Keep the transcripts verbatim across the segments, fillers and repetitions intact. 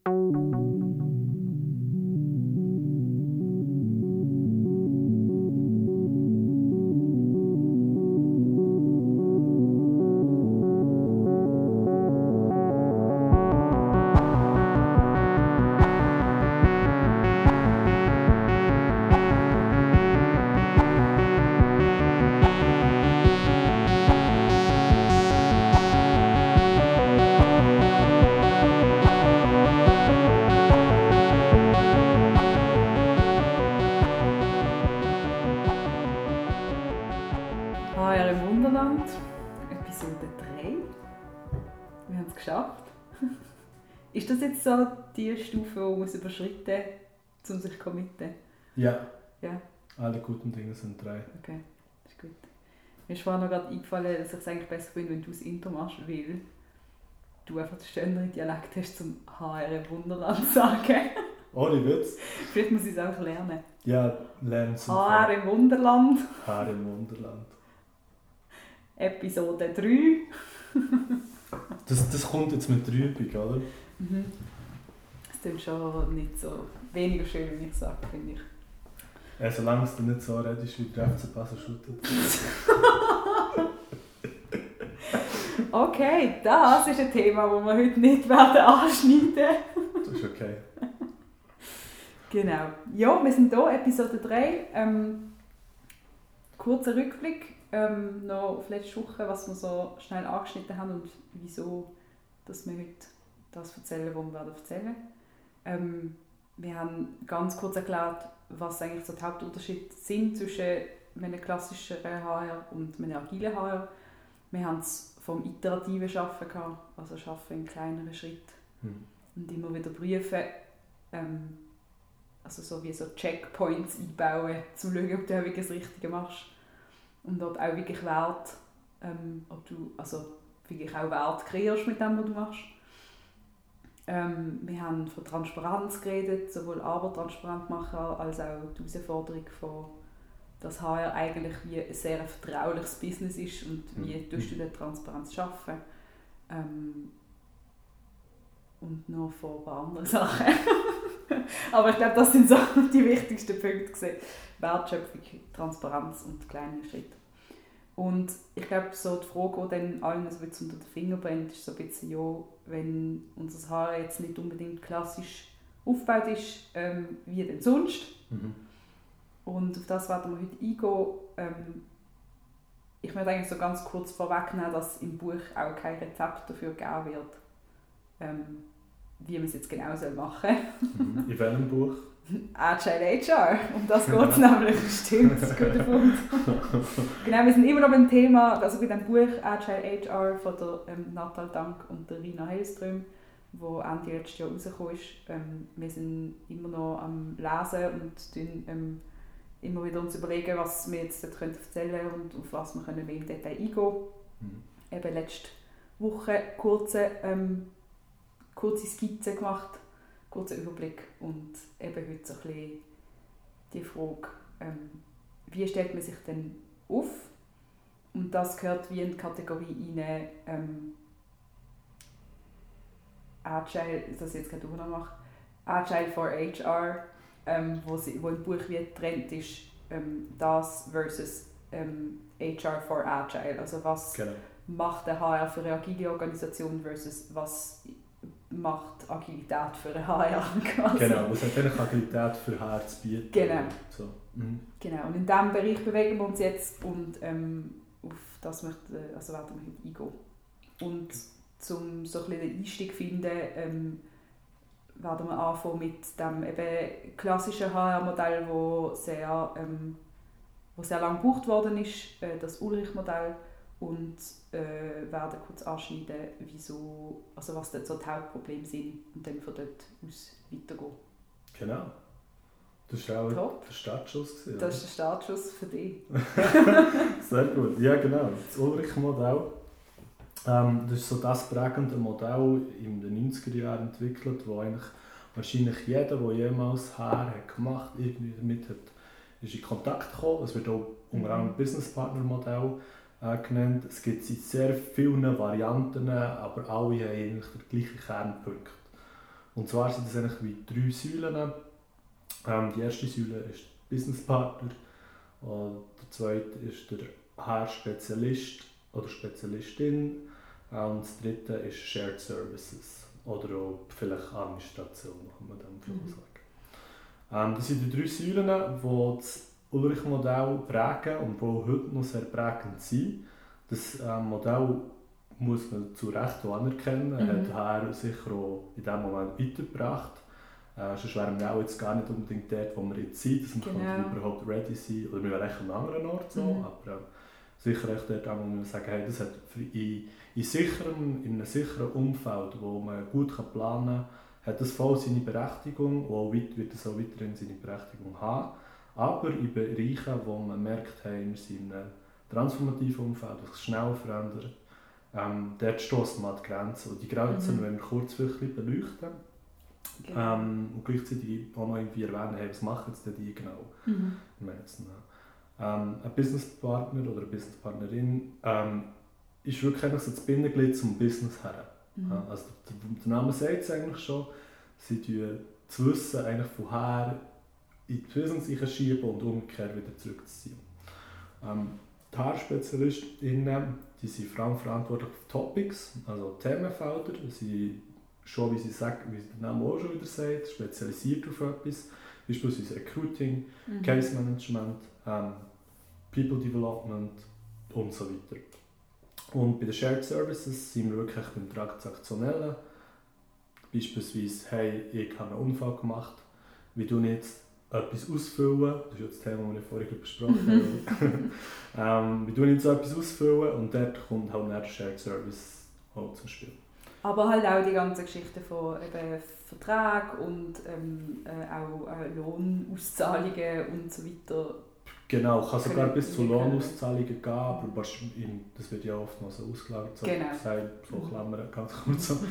H R im Wunderland, Episode drei. Wir haben es geschafft. Ist das jetzt so die Stufe, die man muss überschritten muss, um sich zu committen? Ja. Ja. Alle guten Dinge sind drei. Okay, das ist gut. Mir ist vorhin noch gerade eingefallen, dass ich es eigentlich besser finde, wenn du das Intro machst, weil du einfach den stärkeren Dialekt hast, zum H R im Wunderland zu sagen. Ohne Witz. Vielleicht muss ich es auch lernen. Ja, lernen zum H R im Wunderland, H R im Wunderland. Episode drei. Das, das kommt jetzt mit der Übung, oder? Mhm. Das klingt schon nicht so weniger schön, wie ich sage, finde ich. Ja, solange du nicht so redest, wie der F C Basel shootet. Okay, das ist ein Thema, das wir heute nicht werden anschneiden. Das ist okay. Genau. Ja, wir sind hier, Episode drei. Ähm, kurzer Rückblick ähm, noch auf letzte Woche, was wir so schnell angeschnitten haben und wieso dass wir heute das erzählen, was wir werden erzählen. Ähm, wir haben ganz kurz erklärt, was eigentlich so die Hauptunterschiede sind zwischen einem klassischen H R und einem agilen H R. Wir haben es vom iterativen Arbeiten gehabt, also Arbeiten in kleineren Schritten Hm. und immer wieder prüfen, ähm, also so wie so Checkpoints einbauen, um zu schauen, ob du auch wirklich das Richtige machst und ob auch wirklich Wert, ähm, ob du also wirklich auch Wert kreierst mit dem, was du machst. Ähm, wir haben von Transparenz geredet, sowohl aber transparent machen als auch die Herausforderung von, dass H R eigentlich wie ein sehr vertrauliches Business ist und wie Mhm. tust du die Transparenz schaffen. Ähm, und noch von ein paar anderen Sachen. Aber ich glaube, das sind so die wichtigsten Punkte gewesen. Wertschöpfung, Transparenz und kleine Schritte. Und ich glaube, so die Frage, die dann allen so ein bisschen unter den Finger brennt, ist so ein bisschen, ja, wenn unser Haar jetzt nicht unbedingt klassisch aufgebaut ist, ähm, wie denn sonst? Mhm. Und auf das werden wir heute eingehen. Ähm, ich möchte eigentlich so ganz kurz vorwegnehmen, dass im Buch auch kein Rezept dafür gegeben wird, ähm, wie man es jetzt genau machen soll. Mhm. In welchem Buch? Agile H R, um das geht es nämlich, stimmt, das ist ein guter Punkt. Genau, wir sind immer noch beim Thema, also bei dem Buch Agile H R von der ähm, Natal Dank und der Rina Hellström, wo Ende letztes Jahr rausgekommen ist. Ähm, wir sind immer noch am Lesen und tun, ähm, immer wieder uns überlegen, was wir jetzt dort erzählen können und auf was wir können mehr im Detail eingehen können. Mhm. Eben letzte Woche kurze, ähm, kurze Skizze gemacht, kurzer Überblick und eben heute so ein bisschen die Frage, ähm, wie stellt man sich denn auf? Und das gehört wie in die Kategorie rein, ähm, Agile, das ich jetzt gerade auch noch mache, Agile for H R, ähm, wo, sie, wo im Buch wie getrennt ist, ähm, das versus ähm, H R for Agile, also was Genau. macht der H R für eine agile Organisation versus was macht Agilität für eine H R quasi. Genau, was hat eigentlich Agilität für H R zu bieten? Genau. So. Mhm. Genau, und in diesem Bereich bewegen wir uns jetzt und ähm, auf das möchte, also werden wir heute eingehen. Und um so ein bisschen den Einstieg zu finden, ähm, werden wir anfangen mit dem eben klassischen H R-Modell, wo sehr, ähm, wo sehr lange gebraucht worden ist, äh, das Ulrich-Modell, und äh, werden kurz anschneiden, wieso, also was dort so die Hauptprobleme sind und dann von dort aus weitergehen. Genau. Das war auch Top. der Startschuss. Gewesen, Das ist der Startschuss für dich. Sehr gut. Ja, genau. Das Ulrich-Modell. Ähm, das ist so das prägende Modell in den neunziger Jahren entwickelt, wo eigentlich wahrscheinlich jeder, der jemals H R hat gemacht hat, irgendwie damit hat, ist in Kontakt gekommen. Es wird auch unter anderem Business-Partner-Modell äh, genannt. Es gibt es in sehr vielen Varianten, aber alle haben eigentlich den gleichen Kernpunkt. Und zwar sind das eigentlich wie drei Säulen. Ähm, die erste Säule ist der Business Partner, und der zweite ist der H R-Spezialist oder Spezialistin, und das dritte ist Shared Services oder auch vielleicht Administration, kann man dann vielleicht mhm. sagen. Ähm, das sind die drei Säulen, die das Ulrich-Modell prägen und die heute noch sehr prägend sind. Das ähm, Modell muss man zu Recht auch anerkennen, mhm. hat H R sicher auch in diesem Moment weitergebracht. Äh, sonst wären wir auch jetzt gar nicht unbedingt dort, wo wir jetzt sind, dass wir genau. überhaupt ready sind. Oder wir wären echt an einem anderen Ort so, mhm. aber äh, sicher echt dort auch, wo wir sagen, hey, das hat in, in, sicheren, in einem sicheren Umfeld, wo man gut planen kann, hat das voll seine Berechtigung, und auch weit, wird es auch weiterhin seine Berechtigung haben. Aber in Bereichen, wo man merkt, hey, wir sind in einem transformativen Umfeld, das sich schnell verändert, ähm, dort stößt man an die Grenzen. Und die Grenzen, mhm. wenn wir kurzfristig beleuchten, genau. ähm, und gleichzeitig auch noch irgendwie erwähnen, hey, was machen jetzt die genau? Mhm. Ähm, ein Businesspartner oder eine Businesspartnerin ähm, ist wirklich so das Bindeglied zum Business her. Mhm. Also der, der Name sagt es eigentlich schon, sie tun das Wissen eigentlich von her in die Business schieben und umgekehrt wieder zurückzuziehen. Ähm, die H R-SpezialistInnen, die sind vor allem verantwortlich für Topics, also Themenfelder. Sie schon, wie sie sagt, wie der Name auch schon wieder sagt, spezialisiert auf etwas, beispielsweise Recruiting, mhm. Case Management, ähm, People Development und so weiter. Und bei den Shared Services sind wir wirklich beim Transaktionellen. Beispielsweise, hey, ich habe einen Unfall gemacht, wie du jetzt etwas ausfüllen, das ist ja das Thema, das wir vorhin besprochen haben, ähm, wie du jetzt etwas ausfüllen, und dort kommt halt der Shared Service auch zum Spiel. Aber halt auch die ganze Geschichte von eben Vertrag und ähm, äh, auch äh, Lohnauszahlungen und so weiter. Genau, kann sogar bis zu Lohnauszahlungen gehen, aber das wird ja oft noch so ausgelagert, so genau. gesagt, so Klammern, ganz kurz so.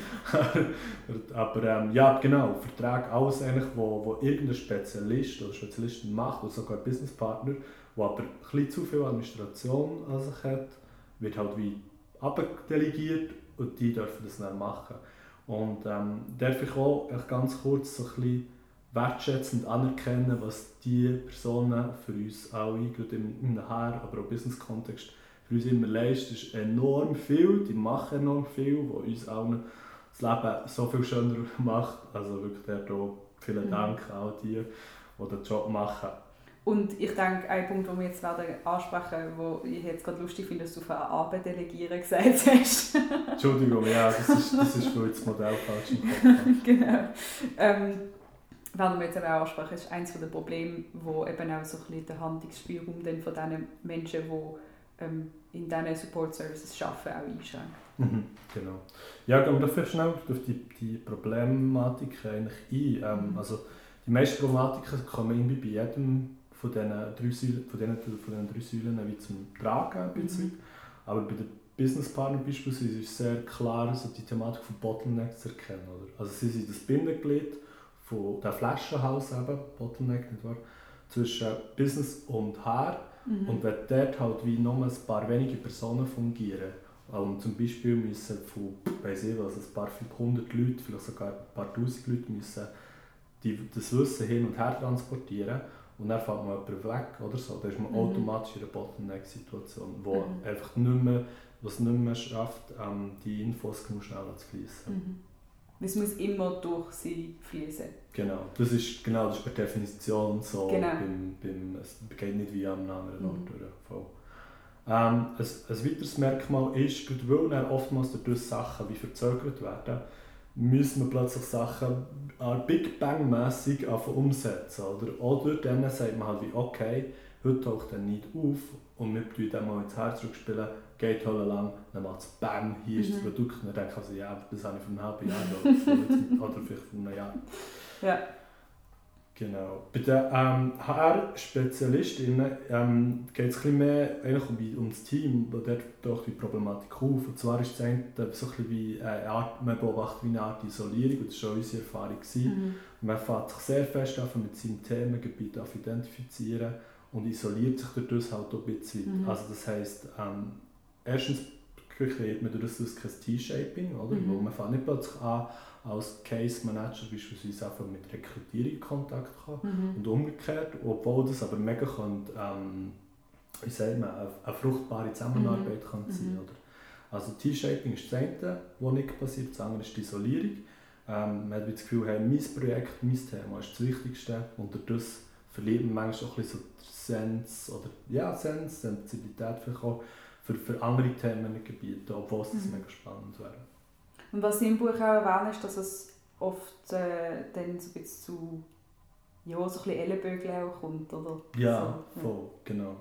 Aber ähm, ja, genau, Verträge, alles eigentlich, wo, wo irgendein Spezialist oder Spezialistin macht, oder sogar ein Businesspartner, der aber ein bisschen zu viel Administration an sich hat, wird halt wie abdelegiert und die dürfen das dann machen. Und ähm, darf ich auch ganz kurz so ein bisschen wertschätzend anerkennen, was die Personen für uns alle, gerade im H R, aber auch im Business-Kontext, für uns immer leisten. Das ist enorm viel, die machen enorm viel, was uns allen das Leben so viel schöner macht. Also wirklich dort auch vielen Dank an all die, die den Job machen. Und ich denke, ein Punkt, den wir jetzt werden ansprechen, wo ich jetzt gerade lustig finde, dass du von Arbeit delegieren gesagt hast. Entschuldigung, ja, das ist, das ist für das Modell falsch im Kopf. Genau. Ähm, werden wir jetzt eben auch ansprechen, ist eines der Probleme, wo eben auch so ein bisschen der Handlungsspielraum dann von diesen Menschen, die ähm, in diesen Support Services arbeiten, auch einschränkt. Mhm, genau. Ja, gehen wir dafür schnell auf die, die Problematik eigentlich ein. Ähm, also die meisten Problematiken kommen irgendwie bei jedem von diesen drei Säulen, von diesen, von diesen drei Säulen wie zum Tragen ein bisschen. Mhm. Aber bei den Businesspartnern beispielsweise ist es sehr klar, also die Thematik von Bottlenecks zu erkennen. Oder? Also sie sind das Bindeglied von der Flaschenhals eben, Bottleneck, nicht wahr? Zwischen Business und H R. Mhm. Und wenn dort halt wie nur ein paar wenige Personen fungieren, und zum Beispiel müssen von, weiss ich was, ein paar hundert Leute, vielleicht sogar ein paar tausend Leute müssen die, das Wissen hin und her transportieren, und dann fällt man jemand weg oder so, dann ist man mhm. automatisch in einer Bottleneck-Situation, wo mhm. einfach nicht mehr, was nicht mehr schafft, ähm, die Infos genug schneller zu fließen. Mhm. Es muss immer durch sie fließen. Genau, das ist, genau, das ist per Definition so. Genau. Beim, beim, es geht nicht wie an einem anderen Ort mhm. durch. Ähm, ein, ein weiteres Merkmal ist, weil dann oftmals durch Sachen wie verzögert werden, müssen wir plötzlich Sachen Big Bang-mässig umsetzen. Oder, oder dann sagt man halt wie, okay, heute taucht er nicht auf und wir tun dann mal ins Herz zurückspielen, geht halt lang, dann macht es Bang, hier mhm. ist das Produkt. Und dann denke ich also, ja, das habe ich vor einem halben Jahr oder, oder vielleicht vor einem Jahr. Ja. Genau. Bei den ähm, H R-SpezialistInnen ähm, geht es ein bisschen mehr eigentlich um, um das Team, wo dort taucht die Problematik auf. Und zwar ist es eigentlich so ein bisschen wie eine Art, man beobachtet wie eine Art Isolierung, und das war schon unsere Erfahrung. Mhm. Man fängt sich sehr fest an, mit seinem Themengebiet zu identifizieren und isoliert sich dadurch halt auch ein bisschen. Mhm. Also das heisst, ähm, erstens kreiert man durch das kein T-Shaping, oder? Mhm. Wo man fängt nicht plötzlich an, als Case Manager beispielsweise einfach mit Rekrutierung in Kontakt haben mhm. und umgekehrt, obwohl das aber mega könnte, ähm, wie sagt man, eine, eine fruchtbare Zusammenarbeit mhm. kann sein, oder? Also T-Shaping ist das eine, was nicht passiert, das andere ist die Isolierung. Ähm, man hat das Gefühl, hey, mein Projekt, mein Thema ist das Wichtigste und durch das verliert man manchmal auch ein bisschen so Sense oder ja, Sense, Sensibilität vielleicht auch für, für andere Themengebiete, obwohl es mhm. mega spannend wäre. Und was Sie im Buch auch erwähnen, ist, dass es oft äh, dann so ein bisschen zu ja, so ein bisschen Ellenbögen auch kommt, oder? Ja, so, voll, ja. genau.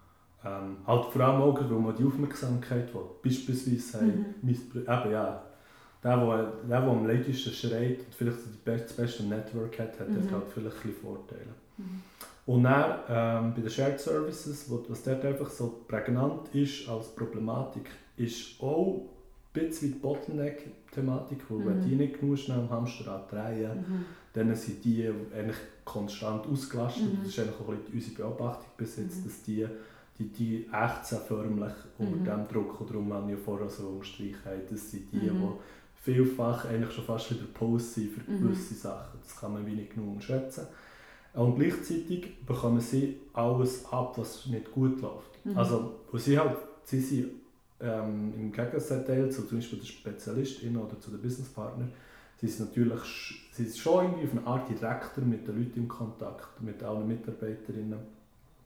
Ähm, halt vor allem auch, weil man die Aufmerksamkeit will. Beispielsweise mhm. hey, eben, ja, der, der, der, der am lautesten schreit und vielleicht das beste Network hat, hat mhm. halt vielleicht ein bisschen Vorteile. Mhm. Und dann ähm, bei den Shared Services, wo, was dort einfach so prägnant ist als Problematik, ist auch ein bisschen die Bottleneck-Thematik, wo mhm. wenn die nicht genug schnell am Hamsterrad drehen, mhm. dann sind die eigentlich konstant ausgelastet. Mhm. Das ist eigentlich auch ein bisschen unsere Beobachtung bis jetzt, mhm. dass die die, die ächzen förmlich unter mhm. dem Druck, und darum haben wir vorher so unterstreichen, das sind die, mhm. die vielfach eigentlich schon fast wieder Pause sind für mhm. gewisse Sachen. Das kann man wenig genug unterschätzen. Und gleichzeitig bekommen sie alles ab, was nicht gut läuft. Mhm. Also, sie, halt, sie sind ähm, im Gegenteil zu zum Beispiel den SpezialistInnen oder zu den Businesspartnern, sie sind natürlich sie sind schon irgendwie auf eine Art direkter mit den Leuten in Kontakt, mit allen MitarbeiterInnen.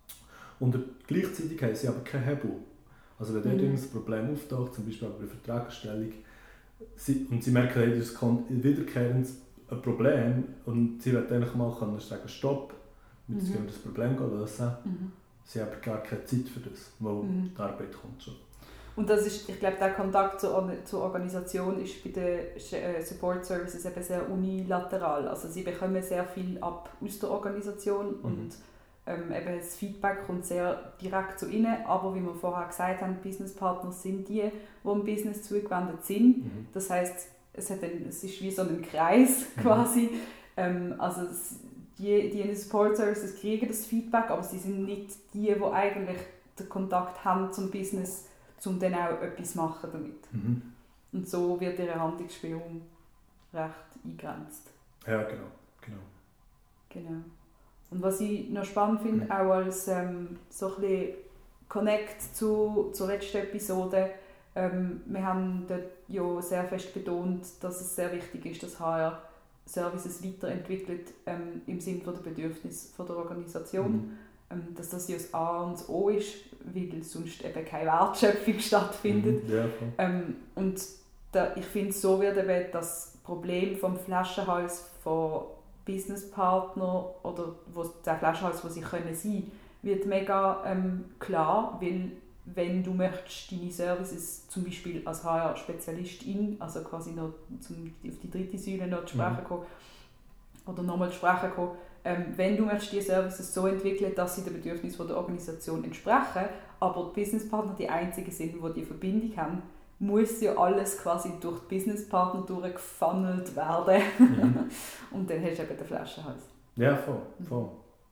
Und gleichzeitig haben sie aber keinen Hebel. Also wenn mhm. dort irgendein Problem auftaucht, zum Beispiel bei der Vertragstellung, sie, und sie merken, hey, das kommt wiederkehrend ein Problem und sie wollen eigentlich mal können sagen, stopp, jetzt mhm. gehen wir das Problem lösen. Mhm. Sie haben aber gar keine Zeit für das, weil mhm. die Arbeit kommt schon. Und das ist, ich glaube, der Kontakt zur, zur Organisation ist bei den Support Services eben sehr unilateral. Also sie bekommen sehr viel ab aus der Organisation mhm. und ähm, eben das Feedback kommt sehr direkt zu ihnen. Aber wie wir vorher gesagt haben, Businesspartner sind die, die im Business zugewendet sind. Mhm. Das heisst, es, hat ein, es ist wie so ein Kreis quasi. Mhm. Ähm, also es, die, die in den Support Services kriegen das Feedback, aber sie sind nicht die, die eigentlich den Kontakt haben zum Business, um dann auch etwas machen damit. Mhm. Und so wird ihr Handlungsspielraum recht eingegrenzt. Ja, genau. genau. Genau. Und was ich noch spannend finde, mhm. auch als ähm, so ein bisschen Connect zu, zur letzten Episode, ähm, wir haben dort ja sehr fest betont, dass es sehr wichtig ist, dass H R Services weiterentwickelt ähm, im Sinne der Bedürfnisse der Organisation. Mhm. Ähm, dass das ja das A und das O ist, weil sonst eben keine Wertschöpfung stattfindet. Mhm, ja, ähm, und da, ich finde, so wird eben das Problem vom Flaschenhals von Businesspartnern oder wo der Flaschenhals, wo sie können sein, wird mega ähm, klar, weil wenn du möchtest deine Services zum Beispiel als H R-Spezialistin, also quasi noch zum, auf die dritte Säule noch zu sprechen mhm. kommen, oder nochmal zu sprechen kommen, ähm, wenn du möchtest die Services so entwickeln, dass sie den Bedürfnissen der Organisation entsprechen, aber die Businesspartner die einzigen sind, die die Verbindung haben, muss ja alles quasi durch die Businesspartner durchgefunnelt werden. Mhm. Und dann hast du eben den Flaschenhals. Ja, voll. voll.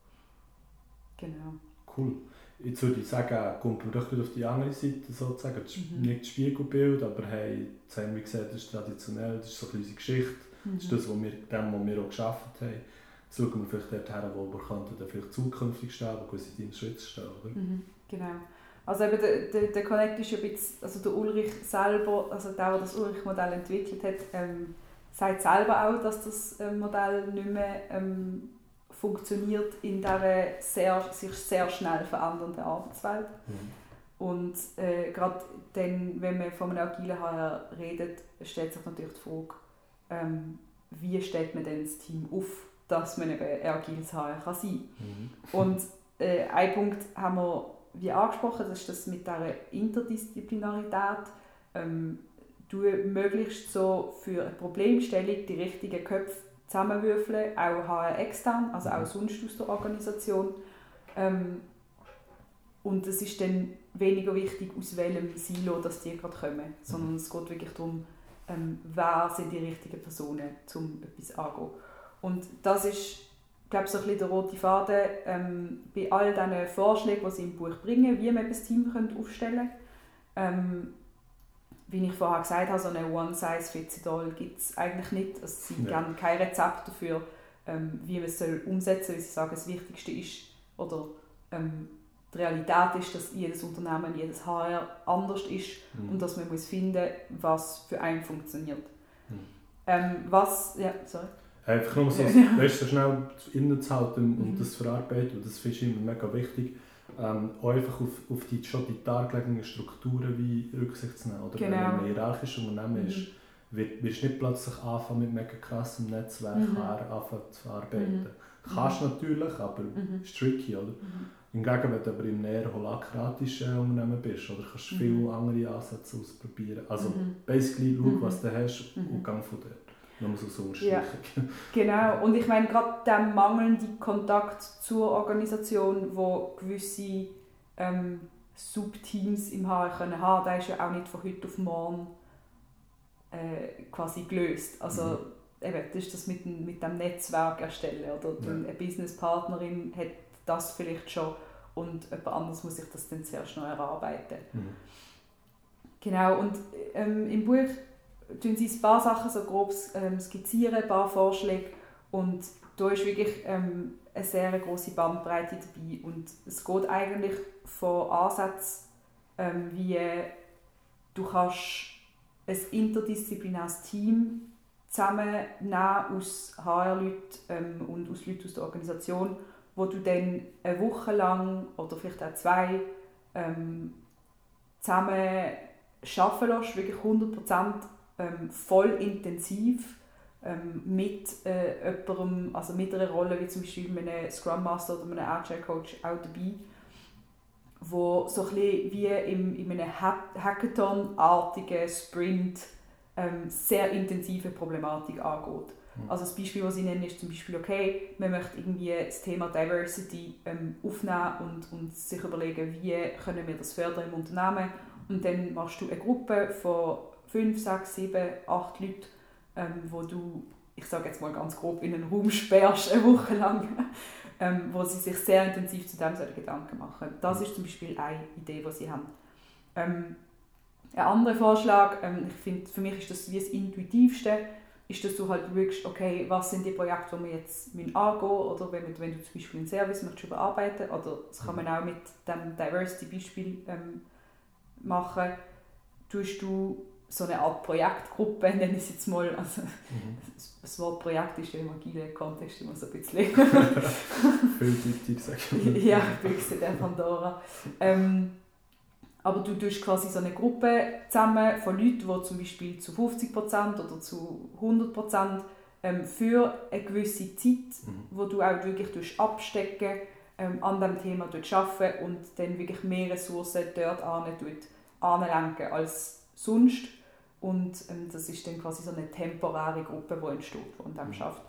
Genau. Cool. Jetzt würde ich sagen, kommt man doch wieder auf die andere Seite sozusagen. Das ist mhm. nicht das Spiegelbild, aber hey, jetzt haben wir gesehen, das ist traditionell, das ist so unsere Geschichte. Mhm. Das ist das, was wir, dem, was wir auch geschafft haben. Jetzt schauen wir vielleicht dorthin, wo wir könnten, dann vielleicht zukünftig stehen, wo gewisse Dinge Schritte stehen, oder? Mhm. Genau. Also eben der, der, der Connect ist ein bisschen, also der Ulrich selber, also der, der das Ulrich-Modell entwickelt hat, ähm, sagt selber auch, dass das äh, Modell nicht mehr ähm, funktioniert in dieser sehr, sich sehr schnell verändernden Arbeitswelt. Mhm. Und äh, gerade dann, wenn man von einem agilen H R redet, stellt sich natürlich die Frage, ähm, wie stellt man denn das Team auf, dass man eben ein agiles H R kann sein kann. Mhm. Und äh, ein Punkt haben wir wie angesprochen, das ist das mit dieser Interdisziplinarität. Ähm, du möglichst so für eine Problemstellung die richtigen Köpfe zusammenwürfeln, auch H R extern, also auch sonst aus der Organisation. Ähm, und es ist dann weniger wichtig, aus welchem Silo dass die gerade kommen, sondern es geht wirklich darum, ähm, wer sind die richtigen Personen, um etwas anzugehen. Und das ist, ich glaube, so ein bisschen der rote Faden ähm, bei all diesen Vorschlägen, die sie im Buch bringen, wie man das Team aufstellen können. Ähm, wie ich vorher gesagt habe, so eine One-Size-Fits-it-all gibt es eigentlich nicht. Also sie Ja. geben kein Rezept dafür, ähm, wie man es soll umsetzen soll, weil sie sagen, das Wichtigste ist, oder ähm, die Realität ist, dass jedes Unternehmen, jedes H R anders ist Mhm. und dass man muss finden, was für einen funktioniert. Mhm. Ähm, was, ja, sorry. Einfach nur so, Ja. weißt, so schnell innezuhalten und Mhm. das zu verarbeiten, und das finde ich immer mega wichtig, ähm, auch einfach auf, auf die schon die dargelegenen Strukturen wie Rücksicht zu nehmen. Oder Genau. wenn man ein hierarchisches Unternehmen Mhm. ist, wird, wirst du nicht plötzlich anfangen mit mega krassem Netzwerk Mhm. anfangen zu arbeiten. Mhm. Kannst du natürlich, aber Mhm. ist tricky, oder? Mhm. Hingegen, wenn du aber im eher holakratischen Unternehmen bist, oder kannst du Mhm. viele andere Ansätze ausprobieren. Also Mhm. basically, schau, Mhm. was du hast Mhm. und gang von dort. Nur so so Ja. Genau, und ich meine, gerade der mangelnde Kontakt zur Organisation, wo gewisse ähm, Subteams im H R können haben, der ist ja auch nicht von heute auf morgen äh, quasi gelöst. Also Mhm. eben, das ist das mit dem, mit dem Netzwerk erstellen. Oder Ja. eine Businesspartnerin hat das vielleicht schon und jemand anderes muss sich das dann zuerst noch erarbeiten. Mhm. Genau, und ähm, im Buch tun sie ein paar Sachen so grob ähm, skizzieren, ein paar Vorschläge, und da ist wirklich ähm, eine sehr grosse Bandbreite dabei, und es geht eigentlich von Ansätzen ähm, wie du kannst ein interdisziplinäres Team zusammennehmen aus H R-Leuten ähm, und aus Leuten aus der Organisation, wo du dann eine Woche lang oder vielleicht auch zwei ähm, zusammen arbeiten lässt, wirklich hundert Prozent ähm, voll intensiv ähm, mit äh, jemandem, also mit einer Rolle wie zum Beispiel einem Scrum Master oder einem Agile Coach auch dabei, wo so ein bisschen wie im, in einem Hackathon-artigen Sprint ähm, sehr intensive Problematik angeht. Mhm. Also das Beispiel, das sie nennen, ist zum Beispiel, okay, man möchte irgendwie das Thema Diversity ähm, aufnehmen und, und sich überlegen, wie können wir das fördern im Unternehmen. Und dann machst du eine Gruppe von fünf, sechs, sieben, acht Leuten, ähm, wo du, ich sage jetzt mal ganz grob, in einen Raum sperrst, eine Woche lang, ähm, wo sie sich sehr intensiv zu dem solche Gedanken machen. Das ist zum Beispiel eine Idee, die sie haben. Ähm, ein anderer Vorschlag, ähm, ich finde, für mich ist das wie das Intuitivste, ist, dass du halt wirklich, okay, was sind die Projekte, die wir jetzt angehen müssen, oder wenn, wenn du zum Beispiel einen Service möchtest überarbeiten, oder das kann man auch mit dem Diversity-Beispiel ähm, machen, tust du so eine Art Projektgruppe, nenne ich es jetzt mal, also Mhm. das Wort Projekt ist ja im agilen Kontext immer so ein bisschen Vieldeutig, sag ich mal. ja, Büchse der Pandora. Ähm, aber du tust quasi so eine Gruppe zusammen von Leuten, die zum Beispiel zu fünfzig Prozent oder zu hundert Prozent ähm, für eine gewisse Zeit, Mhm. wo du auch wirklich abstecken ähm, an diesem Thema arbeiten und dann wirklich mehr Ressourcen dort anlenken als sonst. Und ähm, das ist dann quasi so eine temporäre Gruppe, die entsteht, die an dem Mhm. schafft.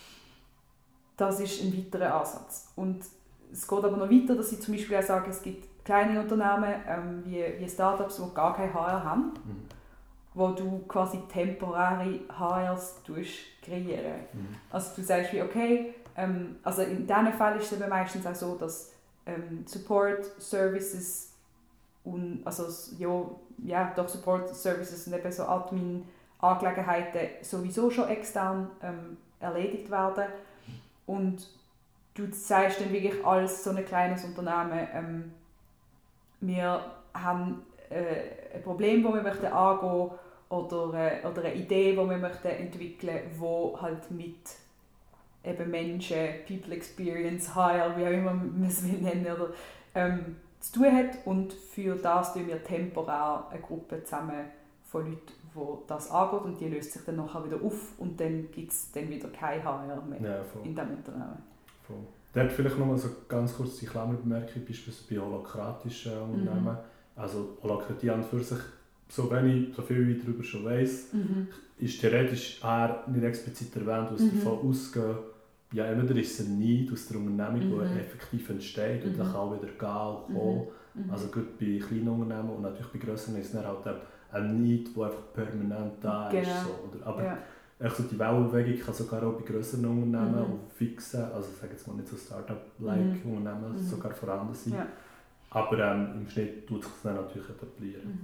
Das ist ein weiterer Ansatz. Und es geht aber noch weiter, dass sie zum Beispiel auch sagen, es gibt kleine Unternehmen ähm, wie, wie Startups, die gar kein H R haben, Mhm. wo du quasi temporäre H Rs kreieren. Mhm. Also du sagst wie, okay, ähm, also in diesen Fällen ist es eben meistens auch so, dass ähm, Support Services und also ja, ja, doch Support Services und eben so Admin-Angelegenheiten sowieso schon extern ähm, erledigt werden. Und du sagst dann wirklich als so ein kleines Unternehmen, ähm, wir haben äh, ein Problem, das wir möchten angehen oder, äh, oder eine Idee, die wir möchten entwickeln, die halt mit eben Menschen, People Experience, H R, wie auch immer man es nennen oder, ähm, zu tun hat. Und für das tun wir temporär eine Gruppe zusammen von Leuten, die das angeht, und die löst sich dann nachher wieder auf und dann gibt es dann wieder kein H R mehr Ja, voll. in diesem Unternehmen. Voll. Dort vielleicht noch mal so ganz kurz die Klammerbemerkung, beispielsweise bei holokratischen Unternehmen. Mhm. Also Holokratie an und für sich, so wenig, so viel wie ich darüber schon weiss, Mhm. ist theoretisch eher nicht explizit erwähnt, was Mhm. davon ausgeht, ja, entweder ist es ein Neid aus der Unternehmung, Mhm. die effektiv entsteht und Mhm. dann kann auch wieder gehen und kommen. Mhm. Also gut bei kleinen Unternehmen und natürlich bei grösseren ist es dann halt ein Neid, der einfach permanent da ist. Genau. So, oder? Aber Ja. echt so die Wellenbewegung kann sogar auch bei grösseren Unternehmen Mhm. und fixen, also ich sage jetzt mal nicht so Start-up-like Mhm. Unternehmen, Mhm. sogar vorhanden sein. Ja. Aber ähm, im Schnitt tut sich das dann natürlich etablieren. Mhm.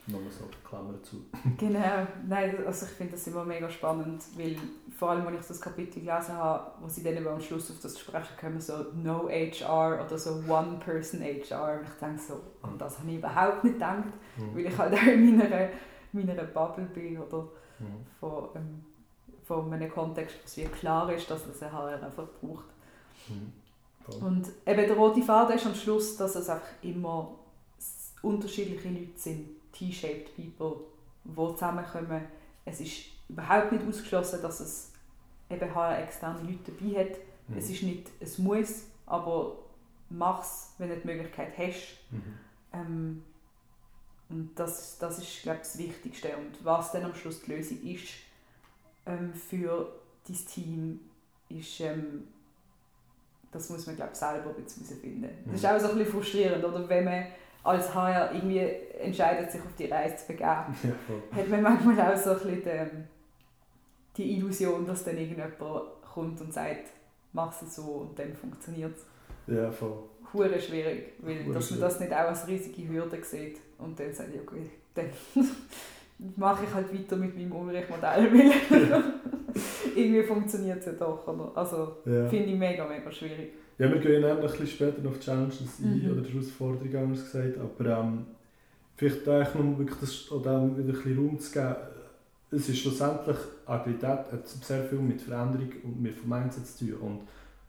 Nur so, Klammer zu. Genau, nein, also ich finde das immer mega spannend, weil vor allem, als ich das Kapitel gelesen habe, wo sie dann am Schluss auf das Sprechen kommen, so No H R oder so One-Person H R, und ich denke so, an das habe ich überhaupt nicht gedacht, mhm. weil ich halt auch in meiner, meiner Bubble bin oder mhm. von, ähm, von einem Kontext, wo es wie klar ist, dass es ein H R einfach braucht. Mhm. Und eben der rote Faden ist am Schluss, dass es einfach immer unterschiedliche Leute sind, T-shaped People, die zusammenkommen. Es ist überhaupt nicht ausgeschlossen, dass es eben H R-externe Leute dabei hat. Mhm. Es ist nicht ein Muss, aber mach es, wenn du die Möglichkeit hast. Mhm. Ähm, und das, das ist, glaube ich, das Wichtigste. Und was dann am Schluss die Lösung ist ähm, für dein Team, ist, ähm, das muss man, glaube ich, selber ein bisschen herausfinden. Mhm. Das ist auch so ein bisschen frustrierend, oder? Wenn man als H R irgendwie entscheidet, sich auf die Reise zu begeben, ja, hat man manchmal auch so ein bisschen die, die Illusion, dass dann irgendjemand kommt und sagt, mach es so und dann funktioniert es. Ja, voll. Hure schwierig, weil Hure dass man das nicht auch als riesige Hürde sieht und dann sagt, ja okay, dann mache ich halt weiter mit meinem Ulrich-Modell, weil ja. irgendwie funktioniert es ja doch. Oder? Also ja. Finde ich mega, mega schwierig. Ja, wir gehen ein bisschen später auf Challenges ein mhm. oder die Herausforderungen, haben wir gesagt, aber ähm, vielleicht da noch wirklich das, oder wieder ein bisschen Raum zu geben. Es ist schlussendlich, Agilität hat sehr viel mit Veränderung und mit dem Mindset zu tun und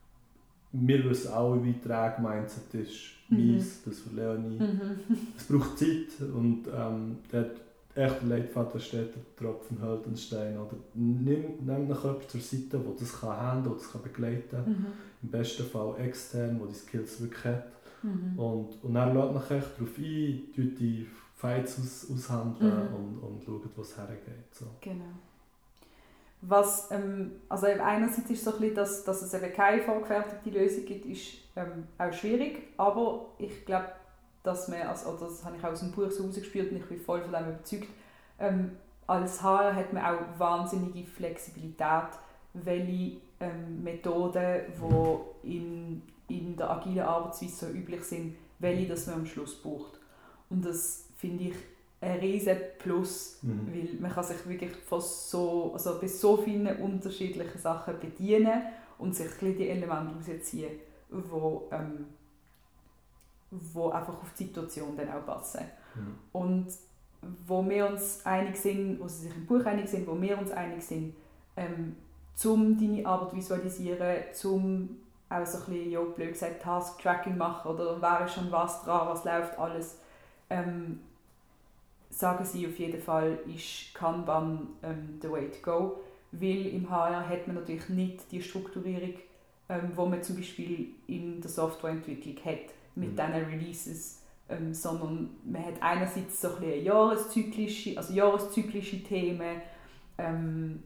wir wissen alle, wie träge Mindset ist, mhm. meins, das von Leonie. Mhm. Es braucht Zeit und ähm, der echte Leitfaden steht, der Tropfen hält den Stein. Oder nimm, nimm noch jemanden zur Seite, der das kann handeln, der das kann begleiten kann. Mhm. Im besten Fall extern, der die Skills wirklich hat. Mhm. Und, und dann lädt man echt darauf ein, die Fights aus, aushandeln mhm. und, und schauen, wo es hergeht. So. Genau. Was, ähm, also einerseits ist es so ein bisschen, dass, dass es eben keine vorgefertigte Lösung gibt, ist ähm, auch schwierig, aber ich glaube, dass man, also, oder das habe ich auch aus dem Buch so rausgespürt und ich bin voll von dem überzeugt, ähm, als H R hat man auch wahnsinnige Flexibilität, welche ähm, Methoden, die in, in der agilen Arbeitsweise so üblich sind, welche das man am Schluss braucht. Und das finde ich ein riesen Plus, mhm. weil man kann sich wirklich von so, also bei so vielen unterschiedlichen Sachen bedienen und sich die Elemente rausziehen, die ähm, wo einfach auf die Situation dann auch passen. Mhm. Und wo wir uns einig sind, wo sie sich im Buch einig sind, wo wir uns einig sind, ähm, um deine Arbeit zu visualisieren, um auch so ein bisschen, ja, blöd gesagt, Task-Tracking machen oder wer ist schon was dran, was läuft alles, ähm, sagen sie auf jeden Fall, ist Kanban ähm, the way to go, weil im H R hat man natürlich nicht die Strukturierung, ähm, die man zum Beispiel in der Softwareentwicklung hat, mit mhm. diesen Releases, ähm, sondern man hat einerseits so ein bisschen jahreszyklische, also jahreszyklische Themen ähm,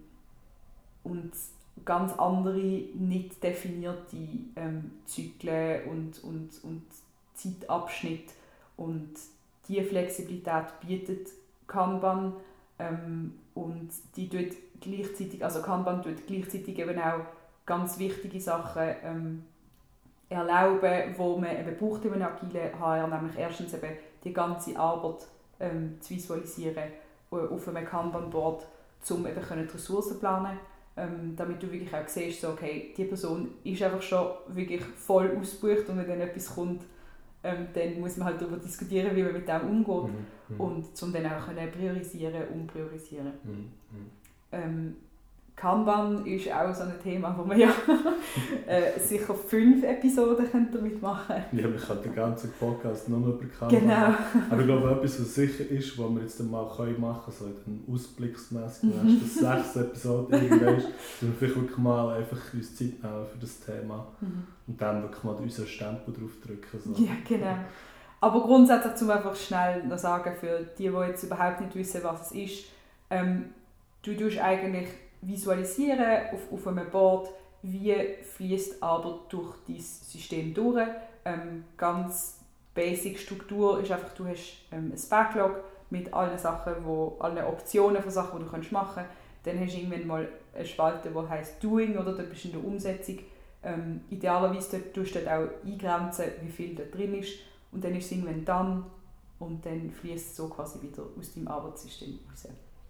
und ganz andere nicht definierte ähm, Zyklen und, und, und Zeitabschnitte, und diese Flexibilität bietet Kanban ähm, und die tut gleichzeitig, also Kanban tut gleichzeitig eben auch ganz wichtige Sachen ähm, erlauben, die man eben braucht in einem agilen H R, nämlich erstens eben die ganze Arbeit ähm, zu visualisieren auf einem Kanban-Board, um eben die Ressourcen zu planen, ähm, damit du wirklich auch siehst, so, okay, die Person ist einfach schon wirklich voll ausgebucht und wenn dann etwas kommt, ähm, dann muss man halt darüber diskutieren, wie man mit dem umgeht mhm. und um dann auch können priorisieren und umpriorisieren. Mhm. Ähm, Kanban ist auch so ein Thema, wo man ja äh, sicher fünf Episoden damit machen könnte. Ja, man kann den ganzen Podcast nur über Kanban genau. machen. Aber ich glaube, etwas, was sicher ist, was wir jetzt dann mal machen können, so in den ausblicksmässig, mhm. das sechs Episoden irgendwann ist, dass wir vielleicht wirklich mal einfach uns Zeit nehmen für das Thema mhm. und dann wirklich mal unseren Stempel drauf drücken. So. Ja, genau. Aber grundsätzlich, um einfach schnell noch sagen, für die, die jetzt überhaupt nicht wissen, was es ist, ähm, du tust eigentlich visualisieren auf, auf einem Board, wie fließt aber durch dein System durch. Ähm, ganz basic Struktur ist einfach, du hast ähm, ein Backlog mit allen Sachen, wo, allen Optionen von Sachen, die du kannst machen kannst. Dann hast du irgendwann mal eine Spalte, die heisst Doing, oder da bist du in der Umsetzung. Ähm, idealerweise tust du dort auch eingrenzen, wie viel da drin ist. Und dann ist es irgendwann dann und dann fließt es so quasi wieder aus deinem Arbeitssystem raus.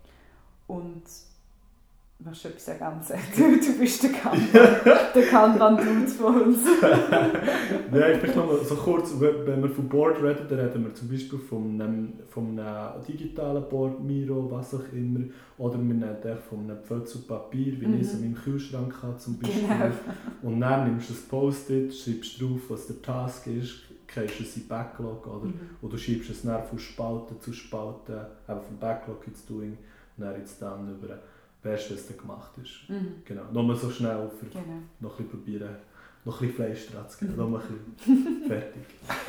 Und möchtest du etwas ergänzen? Du, du bist der Kanban, der Kanban-Dude von uns. Ja, ich bin noch so kurz, wenn wir von Board reden, dann reden wir zum Beispiel von einem, von einem digitalen Board, Miro, was auch immer, oder wir nennen von einem Pfötzel Papier, wie mhm. ich es in meinem Kühlschrank habe zum Beispiel. Genau. Und dann nimmst du ein Post-it, schreibst drauf, was der Task ist, gehst es in Backlog, oder? Mhm. Und du schiebst es dann von Spalte zu Spalte, eben vom Backlog ins Doing, und dann jetzt dann über weißt, was da gemacht ist. Mhm. Genau. Nochmal so schnell, für genau. noch ein bisschen probieren, noch ein bisschen Fleisch dran zu geben, mhm. noch ein bisschen fertig.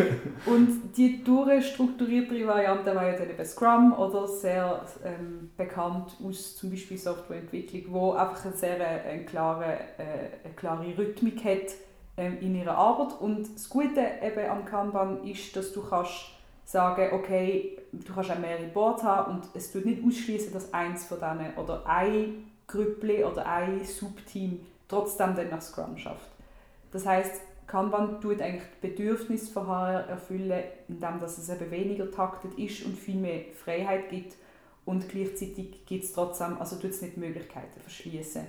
Und die durchstrukturiertere Variante war ja dann eben Scrum oder sehr ähm, bekannt aus zum Beispiel Softwareentwicklung, wo einfach eine sehr eine klare, äh, eine klare Rhythmik hat ähm, in ihrer Arbeit. Und das Gute eben am Kanban ist, dass du kannst sagen, okay, du kannst auch mehrere Boards haben und es tut nicht ausschließen, dass eins von denen oder ein Grüppli oder ein Subteam trotzdem dann nach Scrum schafft. Das heisst, Kanban tut eigentlich die Bedürfnisse von H R erfüllen, indem dass es eben weniger taktet ist und viel mehr Freiheit gibt und gleichzeitig gibt es trotzdem, also tut es nicht die Möglichkeiten verschließen.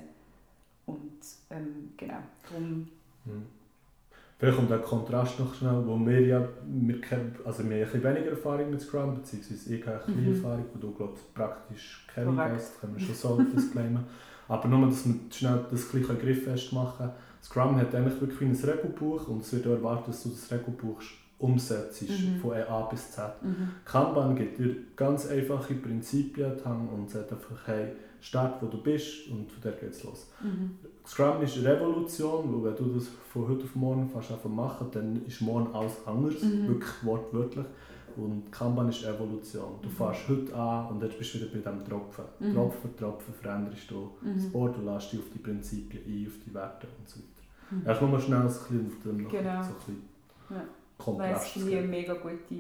Und ähm, genau, darum... Hm. Vielleicht kommt der Kontrast noch schnell, wo wir ja, wir, kennen, also wir haben ein bisschen weniger Erfahrung mit Scrum, beziehungsweise ich habe ein bisschen mhm. Erfahrung, wo du glaubst, praktisch keine hast, können wir schon so disclaimen. Aber nur, dass wir schnell das gleiche griffest machen können. Scrum hat eigentlich wirklich ein Regelbuch und es wird auch erwartet, dass du das Regelbuch umsetzt, mhm. von A bis Z. Mhm. Kanban gibt dir ganz einfache Prinzipien und sagt einfach, hey, start, wo du bist und von der geht es los. Mhm. Scrum ist eine Revolution, weil wenn du das von heute auf morgen fast einfach machen, dann ist morgen alles anders, mhm. wirklich wortwörtlich. Und Kanban ist Evolution. Du mhm. fährst heute an und jetzt bist du wieder bei diesem Tropfen. Mhm. Tropfen für Tropfen veränderst du mhm. das Board, du lässt dich auf die Prinzipien ein, auf die Werte und so weiter. Mhm. Erst nur schnell ein bisschen auf dem genau. so ein bisschen ja. Kontrast. Das finde ich eine mega gute,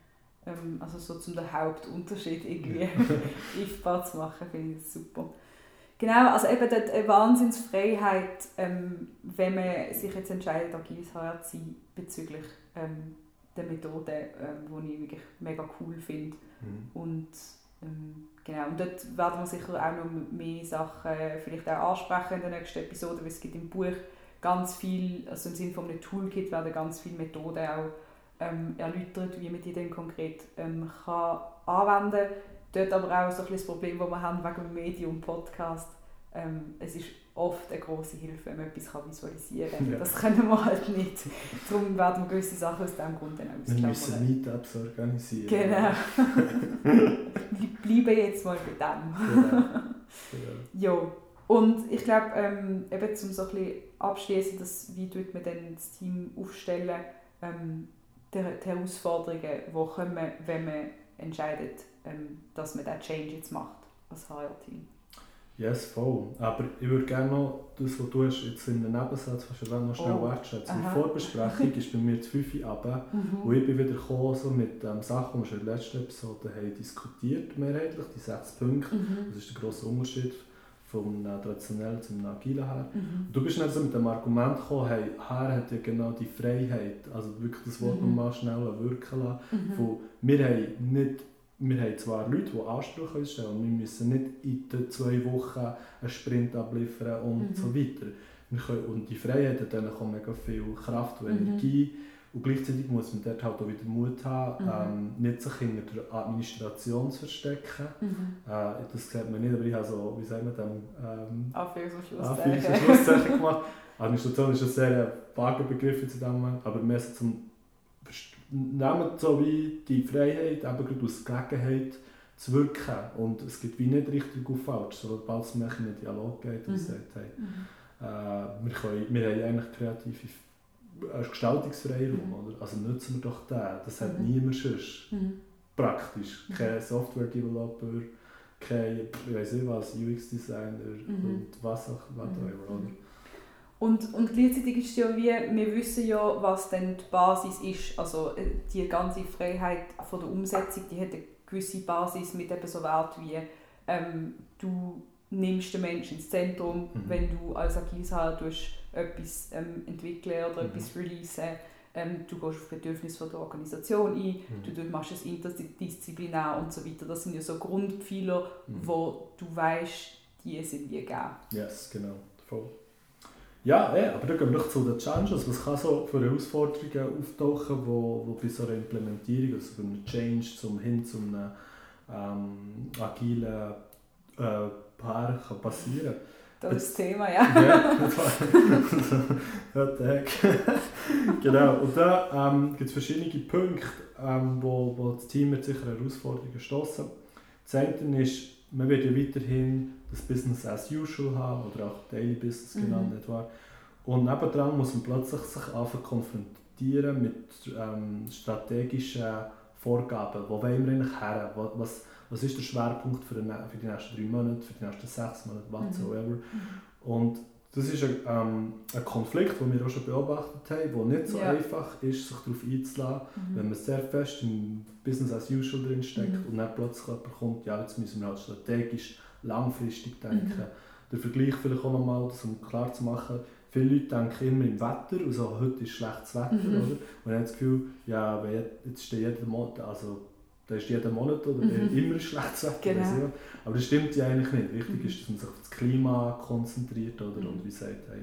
ähm, also so zum den Hauptunterschied irgendwie greifbar zu machen, finde ich das super. Genau, also eben dort eine Wahnsinnsfreiheit, ähm, wenn man sich jetzt entscheidet, agiles H R zu sein, bezüglich ähm, der Methode, ähm, die ich wirklich mega cool finde. Mhm. Und ähm, genau, und dort werden wir sicher auch noch mehr Sachen vielleicht auch ansprechen in der nächsten Episode, weil es gibt im Buch ganz viel, also im Sinne von einem Toolkit werden ganz viele Methoden auch ähm, erläutert, wie man die dann konkret ähm, kann anwenden kann. Dort aber auch so ein das Problem, das wir haben wegen dem Medium-Podcast. Ähm, es ist oft eine grosse Hilfe, wenn man etwas visualisieren kann. Ja. Das können wir halt nicht. Darum werden wir gewisse Sachen aus diesem Grund dann auch ausklammern. Wir müssen Meetups organisieren. Genau. Wir bleiben jetzt mal bei dem. Genau. Genau. Ja. Und ich glaube, ähm, eben um so ein bisschen abschließen, dass wie tut man dann das Team aufstellen, ähm, die, die Herausforderungen, die kommen, wenn man entscheidet, ähm, dass man diesen Change jetzt macht als H R-Team. Yes, voll. Aber ich würde gerne noch das, was du hast, jetzt in den Nebensatz fast noch schnell oh. wertschätzen. Die Vorbesprechung ist bei mir zu fünf Uhr runter mhm. und ich bin wieder gekommen, so mit ähm, Sachen, die wir schon in der letzten Episode haben diskutiert, mehrheitlich, die sechs Punkte. Mhm. Das ist der grosse Unterschied vom äh, traditionellen zum agilen H R. Mhm. Du bist dann so mit dem Argument gekommen, hey, H R hat ja genau die Freiheit, also wirklich das Wort mhm. nochmal schnell wirken lassen, mhm. von, wir haben nicht Wir haben zwar Leute, die Ansprüche stellen, und wir müssen nicht in den zwei Wochen einen Sprint abliefern und mhm. so weiter. Wir können, und die Freiheit hat dann auch mega viel Kraft und Energie. Mhm. Und gleichzeitig muss man dort halt auch wieder Mut haben, mhm. ähm, nicht sich hinter der Administration zu verstecken. Mhm. Äh, das sieht man nicht, aber ich habe so, wie sagen wir dann, ähm, Anführungs- und Schlusszeichen gemacht. Administration ist ein sehr vager Begriff zu dem, aber mehr so zum nehmen so wie die Freiheit, eben gerade aus Gelegenheit zu wirken. Und es gibt wie nicht richtig auf falsch, sobald es mehr in einen Dialog geht und mhm. sagt, hey, mhm. äh, wir, können, wir haben eigentlich kreative äh, Gestaltungsfreiraum, mhm. oder? Also nutzen wir doch den. Das hat mhm. niemand sonst. Mhm. Praktisch. Mhm. Kein Software-Developer, kein, ich weiss nicht was, U X-Designer mhm. und was auch whatever, mhm. oder? Und, und gleichzeitig ist es ja wie, wir wissen ja, was denn die Basis ist. Also die ganze Freiheit von der Umsetzung, die hat eine gewisse Basis mit eben so Wert wie ähm, du nimmst den Menschen ins Zentrum, mhm. wenn du als agiles H R etwas ähm, entwickeln oder mhm. etwas releasen. ähm, du gehst auf Bedürfnisse der Organisation ein, Mhm. du machst es interdisziplinär und so weiter. Das sind ja so Grundpfeiler, Mhm. wo du weißt, die sind wie gegeben. Yes, genau. Voll. Ja, eh, aber dann gehen wir noch zu den Challenges. Was kann so für Herausforderungen auftauchen, wo, wo bei so einer Implementierung, also bei einem Change zum, hin zu einem ähm, agilen äh, Paar kann passieren? Das ist das Thema, ja. Ja, what the heck. Genau, und da ähm, gibt es verschiedene Punkte, ähm, wo, wo das Team mit sicher Herausforderungen stoßen. Das eine ist, man wird ja weiterhin das Business as usual haben, oder auch Daily Business genannt, Mhm. nicht wahr? Und nebendran muss man plötzlich sich anfangen konfrontieren mit ähm, strategischen Vorgaben. Wo wollen wir eigentlich her? Was, was ist der Schwerpunkt für die, für die nächsten drei Monate, für die nächsten sechs Monate, whatsoever? Mhm. Und das ist ein, ähm, ein Konflikt, den wir auch schon beobachtet haben, der nicht so Ja. einfach ist, sich darauf einzulassen, Mhm. wenn man sehr fest im Business as usual drin steckt Mhm. und dann plötzlich jemand kommt, ja, jetzt müssen wir halt strategisch, langfristig denken. Mhm. Der Vergleich vielleicht auch nochmal, um klar zu machen, viele Leute denken immer im Wetter, also heute ist schlechtes Wetter, Mhm. oder? Und haben das Gefühl, ja, wenn jetzt steht jeden Monat, also da ist jeden Monat oder Mhm. immer schlechtes Wetter. Genau. weiss ich nicht. Aber das stimmt ja eigentlich nicht. Wichtig Mhm. ist, dass man sich auf das Klima konzentriert, oder? Mhm. Und wie sagt, hey,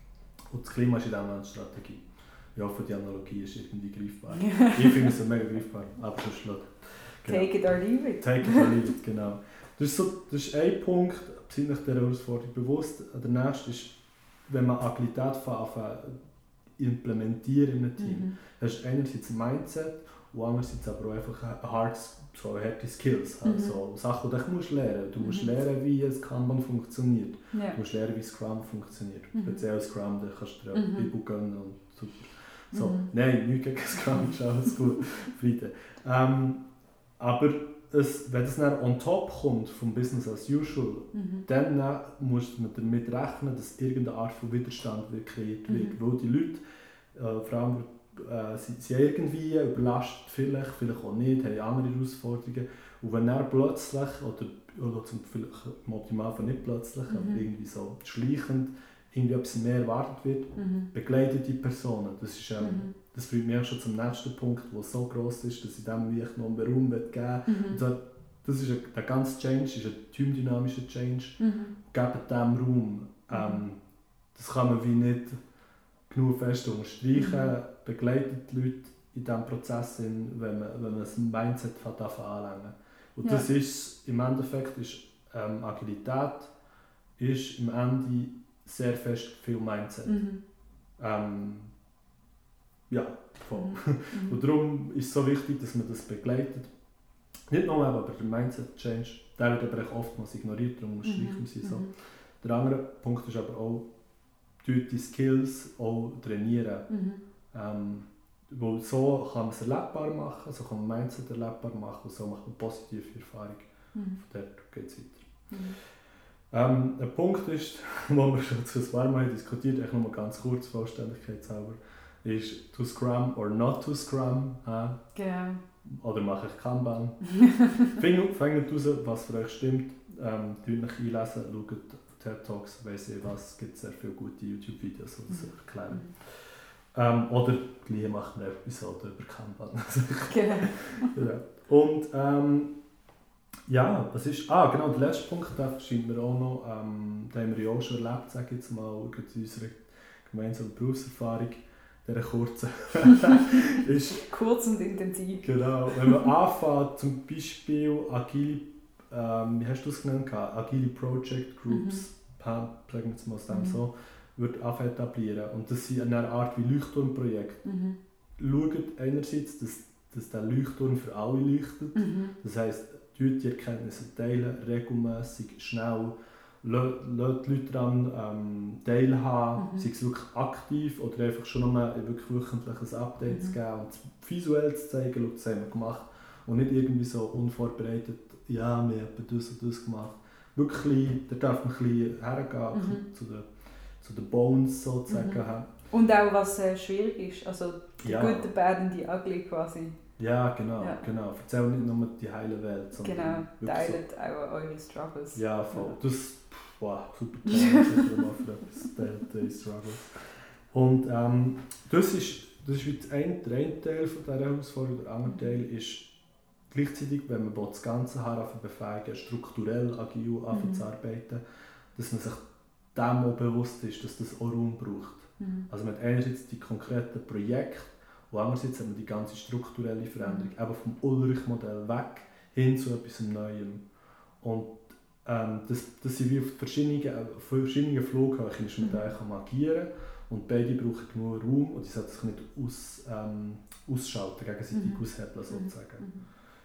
und das Klima ist in dem Moment Strategie. Ich hoffe, die Analogie ist irgendwie greifbar. Ich finde es mega greifbar, aber sonst schaut. Genau. Take it or leave it. Take it or leave it, genau. Das ist, so, das ist ein Punkt, sind sich der Herausforderung bewusst. Der nächste ist, wenn man Agilität anfängt, implementieren in einem Team. Mhm. Das ist einerseits ein Mindset und andererseits aber auch einfach hard, so harte Skills. Mhm. Also Sachen, die du musst lernen. Du musst Mhm. lernen, wie ein Kanban funktioniert. Ja. Du musst lernen, wie Scrum funktioniert. Mhm. Speziell Scrum, da kannst du dir Mhm. auch Bibel gönnen und super. So, Mhm. nein, nichts gegen Scrum, ist alles gut. Frieden. Ähm, aber es, wenn das dann on top kommt vom Business as usual, Mhm. dann äh, muss man damit rechnen, dass irgendeine Art von Widerstand wird kreiert wird. Mhm. Weil die Leute, äh, vor allem, äh, sind, sind irgendwie überlastet, vielleicht, vielleicht auch nicht, haben andere Herausforderungen. Und wenn dann plötzlich, oder, oder zum, vielleicht im Optimalfall nicht plötzlich, Mhm. aber irgendwie so schleichend, irgendwie etwas mehr erwartet wird, Mhm. begleitet die Personen. Das, ist, ähm, Mhm. das bringt mich auch schon zum nächsten Punkt, der so gross ist, dass ich dem vielleicht noch einen Raum geben will. Mhm. Und so, das ist ein, der ganze Change ist ein teamdynamischer Change. Mhm. Geben dem Raum. Ähm, das kann man wie nicht genug fest unterstreichen. Mhm. Begleitet die Leute in diesem Prozess, wenn man, wenn man das Mindset anlängen. Und Ja. das ist, im Endeffekt ist ähm, Agilität ist im Ende sehr fest viel Mindset. Mhm. Ähm, ja, voll. Mhm. Und darum ist es so wichtig, dass man das begleitet. Nicht nur, aber der Mindset-Change, der wird aber oftmals ignoriert, darum streichen wir sie so. Mhm. Der andere Punkt ist aber auch, die Skills auch trainieren. Mhm. Ähm, weil so kann man es erlebbar machen, so kann man Mindset erlebbar machen und so macht man positive Erfahrungen. Mhm. Von dort geht es weiter. Mhm. Ähm, ein Punkt ist, wo wir schon zu ein paar Mal diskutiert haben, nur mal ganz kurz, vollständigkeitshalber, ist to Scrum or not to Scrum. Äh, Genau. oder mache ich Kanban? Findet raus, was für euch stimmt. Ähm, Tut euch einlesen, schaut TED Talks, weiss ich was, es gibt sehr viele gute YouTube-Videos, die das erklären. Mhm. Ähm, oder gleich machen wir eine Episode über Kanban. Genau. Ja. Und ähm, ja, was ist... Ah, genau, der letzte Punkt, der scheint mir auch noch, ähm, den haben wir ja auch schon erlebt, sage ich jetzt mal, in unserer gemeinsamen Berufserfahrung, dieser kurzen, ist... Kurz und intensiv. Genau, wenn man anfängt, zum Beispiel agile, ähm, wie hast du es genannt, agile Project Groups, mhm. sagen wir jetzt mal aus dem mhm. so, wird anfangen etablieren. Und das sind eine Art wie Leuchtturmprojekte. Mhm. Schaut einerseits, dass, dass der Leuchtturm für alle leuchtet. Mhm. Das heisst, die Erkenntnisse teilen, regelmässig, schnell, lasst die Leute daran ähm, teilhaben, mhm. sei es wirklich aktiv oder einfach schon mal wirklich wöchentlich ein Update mhm. zu geben und visuell zu zeigen, das haben wir gemacht und nicht irgendwie so unvorbereitet, ja, wir haben das und das gemacht. Wirklich, da darf man ein bisschen hergehen, mhm. zu, den, zu den Bones sozusagen. Mhm. Und auch was äh, schwierig ist, also die ja. gute, bad und die ugly quasi. Ja, genau, ja. genau. Erzähl nicht nur die heile Welt, sondern genau, teilt so. Auch eure Struggles. Ja, voll. Ja. Das, wow, super toll, sicher mal für etwas, teilt eure Struggles. Und ähm, das ist, das ist wie das eine, der eine Teil von dieser Herausforderung. Der andere Teil ist gleichzeitig, wenn man das ganze Haar befähigen, strukturell agil mhm. zu arbeiten, dass man sich dem auch bewusst ist, dass das auch Raum braucht. Mhm. Also man hat einerseits die konkreten Projekte und andererseits hat man die ganze strukturelle Veränderung, mhm. eben vom Ulrich-Modell weg hin zu etwas Neuem. Und ähm, das, das sind wie auf verschiedenen, verschiedenen Flughöhen, ist man mhm. da kann agieren und beide brauchen genug Raum und die sollten sich nicht aus, ähm, ausschalten, gegenseitig mhm. aushebeln sozusagen. Mhm.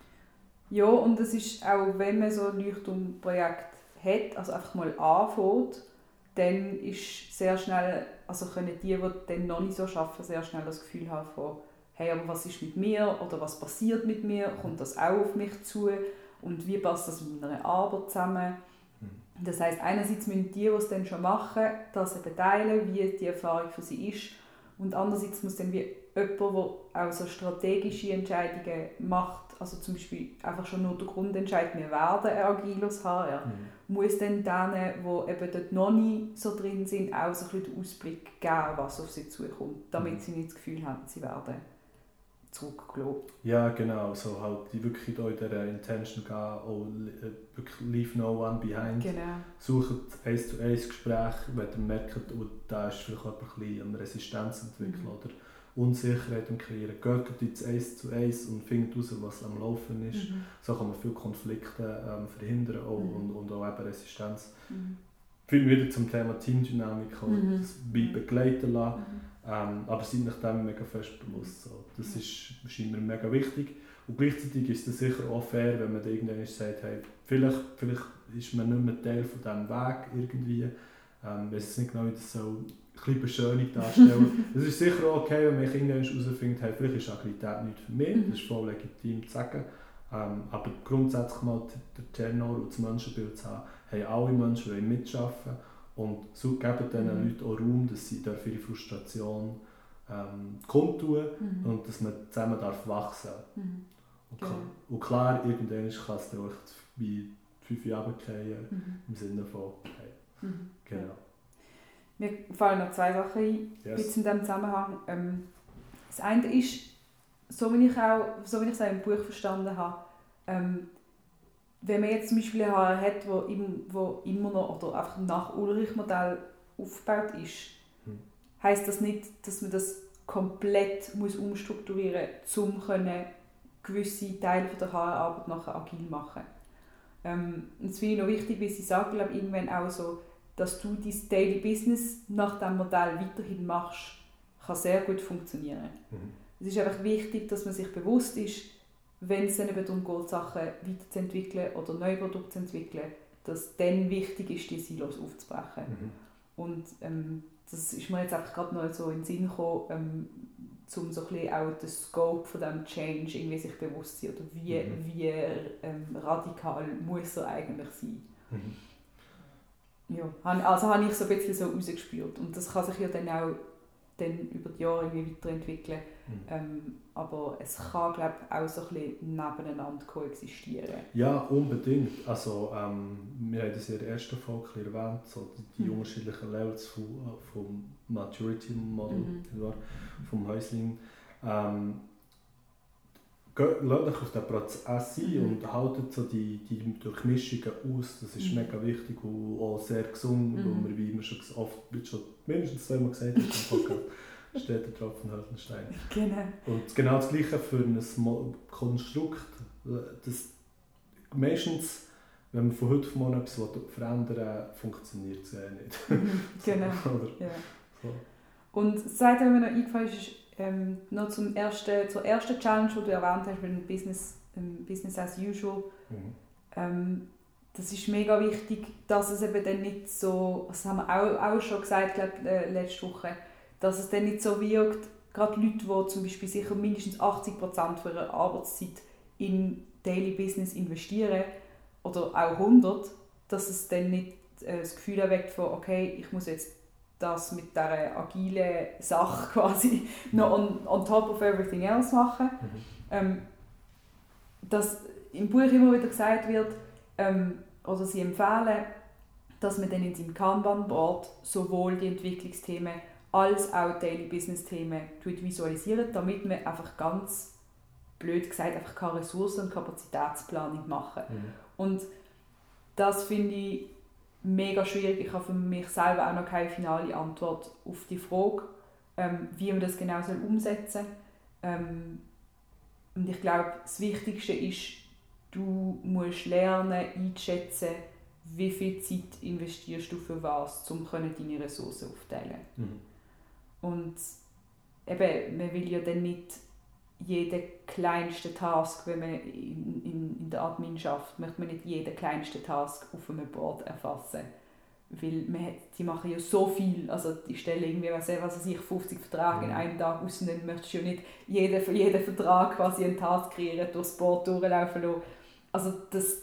Ja, und es ist auch, wenn man so ein Leuchtturmprojekt hat, also einfach mal anfängt, dann ist sehr schnell, also können die, die dann noch nicht so arbeiten, sehr schnell das Gefühl haben von «Hey, aber was ist mit mir?» oder «Was passiert mit mir? Kommt das auch auf mich zu?» und «Wie passt das mit meiner Arbeit zusammen?» Das heisst, einerseits müssen die, die es dann schon machen, das eben teilen, wie die Erfahrung für sie ist, und andererseits muss dann wie jemand, der auch so strategische Entscheidungen macht, also zum Beispiel einfach schon nur der Grundentscheid, wir werden ein agiles H R, mhm. muss dann denen, die eben dort noch nicht so drin sind, auch so ein bisschen den Ausblick geben, was auf sie zukommt, damit mhm. sie nicht das Gefühl haben, sie werden zurückgelassen. Ja, genau, so halt die wirklich in dieser Intention gehen, auch wirklich leave no one behind. Genau. Sucht eins zu eins Gespräch, wenn ihr merkt, oh, da ist vielleicht auch ein bisschen eine Resistenz entwickelt mhm. oder Unsicherheit im Kreieren. Geht ins eins zu eins und findet heraus, was am Laufen ist. Mhm. So kann man viele Konflikte ähm, verhindern auch, mhm. und, und auch eben Resistenz. Mhm. Viel wieder zum Thema Teamdynamik, mhm. das bei begleiten lassen. Mhm. Ähm, aber sind nach dem mega fest bewusst. So. Das ist, scheint mir mega wichtig. Und gleichzeitig ist es sicher auch fair, wenn man da irgendwann sagt, hey, vielleicht, vielleicht ist man nicht mehr Teil von diesem Weg irgendwie. Ähm, ich weiß nicht genau, wie das so ein bisschen beschönigt darstellen. Es ist sicher auch okay, wenn man irgendwann herausfindet, hey, vielleicht ist Agilität nicht für mich. Das ist voll legitim zu sagen. Ähm, aber grundsätzlich mal den Tenor und das Menschenbild zu haben, hey, alle Menschen wollen mitarbeiten. Und so geben diesen mhm. Leuten auch Raum, dass sie ihre Frustration ähm, kundtun mhm. und dass man zusammen darf wachsen darf. Mhm. Und, genau. und klar, irgendwann kann es dann auch bei fünf Jahren runterfallen, mhm. im Sinne von, hey, mhm. genau. Mir fallen noch zwei Sachen ein, yes. in diesem Zusammenhang. Ähm, das eine ist, so wie ich auch, so wie ich es auch im Buch verstanden habe, ähm, wenn man jetzt zum Beispiel ein H R hat, das im, immer noch oder einfach nach Ulrich-Modell aufgebaut ist, hm. heisst das nicht, dass man das komplett muss umstrukturieren muss, um gewisse Teile der H R-Arbeit nachher agil zu machen. Ähm, und das finde ich noch wichtig, weil sie sagen, glaube ich, irgendwann auch so, dass du dein Daily Business nach diesem Modell weiterhin machst, kann sehr gut funktionieren. Mhm. Es ist einfach wichtig, dass man sich bewusst ist, wenn es dann eben darum geht, Sachen weiterzuentwickeln oder neue Produkte zu entwickeln, dass dann wichtig ist, die Silos aufzubrechen. Mhm. Und ähm, das ist mir jetzt einfach gerade noch so in den Sinn gekommen, ähm, um so ein bisschen auch den Scope von diesem Change irgendwie sich bewusst zu sein, oder wie, mhm. wie ähm, radikal muss er eigentlich sein. Mhm. Ja, also habe ich so ein bisschen so rausgespürt. Und das kann sich ja dann auch dann über die Jahre irgendwie weiterentwickeln. Mhm. Ähm, aber es kann, glaube ich, auch so ein bisschen nebeneinander koexistieren. Ja, unbedingt. Also, ähm, wir haben das in der ersten Folge erwähnt, so die, die mhm. unterschiedlichen Levels vom, vom Maturity Model, mhm. vom Häusling. Ähm, Lasst euch auf den Prozess ein mhm. und haltet so die, die Durchmischungen aus. Das ist mhm. mega wichtig und auch sehr gesund, mhm. weil wir, wie wir schon oft, schon mindestens zweimal gesagt haben, im Podcast steht der Tropfen hört den Stein. Genau. Und genau das Gleiche für ein Konstrukt. Das, meistens, wenn man von heute auf morgen etwas verändern will, funktioniert es ja nicht. Mhm. Genau. Oder, ja. so. Und das Zweite, was mir noch eingefallen ist, ist Ähm, noch zum ersten, zur ersten Challenge, die du erwähnt hast, mit dem Business, ähm, Business as usual. Mhm. Ähm, das ist mega wichtig, dass es eben dann nicht so, das haben wir auch, auch schon gesagt, glaub, äh, letzte Woche, dass es dann nicht so wirkt, gerade Leute, die zum Beispiel sicher mindestens achtzig Prozent von ihrer Arbeitszeit in Daily Business investieren, oder auch hundert, dass es dann nicht äh, das Gefühl erweckt von, okay, ich muss jetzt das mit dieser agilen Sache quasi noch on, on top of everything else machen. Mhm. Ähm, dass im Buch immer wieder gesagt wird, ähm, oder sie empfehlen, dass man dann in seinem Kanban-Board sowohl die Entwicklungsthemen als auch Daily Business Themen visualisieren, damit man einfach ganz blöd gesagt einfach keine Ressourcen- und Kapazitätsplanung machen. Mhm. Und das finde ich mega schwierig. Ich habe für mich selber auch noch keine finale Antwort auf die Frage, ähm, wie man das genau umsetzen soll. Ähm, und ich glaube, das Wichtigste ist, du musst lernen, einzuschätzen, wie viel Zeit investierst du für was, um deine Ressourcen aufteilen. Mhm. Und eben, man will ja dann nicht jeden kleinsten Task, wenn man in, in, in der Admin schafft, möchte man nicht jeden kleinsten Task auf einem Board erfassen. Weil man, die machen ja so viel, also die stellen irgendwie, was weiß ich, fünfzig Verträge in einem Tag aus, und dann möchtest du ja nicht jeden, für jeden Vertrag quasi einen Task kreieren, durchs Board durchlaufen lassen. Also das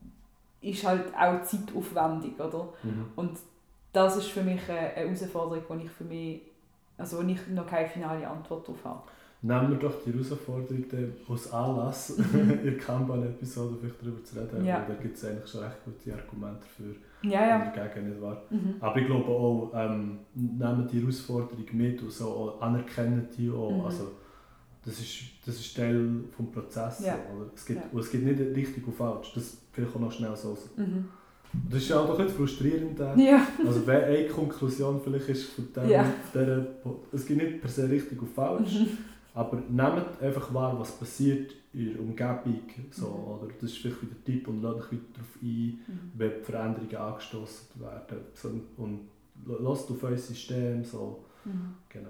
ist halt auch zeitaufwendig, oder? Mhm. Und das ist für mich eine Herausforderung, wo ich für mich, also wo ich noch keine finale Antwort darauf habe. Nehmen wir doch die Herausforderung aus Anlass, in der Kanban-Episode vielleicht darüber zu reden, ja. Weil da gibt es eigentlich schon recht gute Argumente dafür ja, ja. und dagegen, nicht wahr? Mhm. Aber ich glaube auch, ähm, nehmen die Herausforderung mit und so anerkennen die auch. Mhm. Also, das ist, das ist Teil des Prozesses. Ja. Oder? Es gibt, ja. Und es gibt nicht richtig und falsch, das vielleicht auch noch schnell so. Mhm. Das ist auch doch nicht frustrierend. Ja. Also wenn eine Konklusion vielleicht ist von dem, ja. der, es gibt nicht per se richtig und falsch, mhm. aber nehmt einfach wahr, was passiert in der Umgebung. So, mhm. oder? Das ist vielleicht wieder der Tipp und lasst euch wieder darauf ein, mhm. wenn die Veränderungen angestoßen werden. So, und lasst auf euer System. So. Mhm. Genau.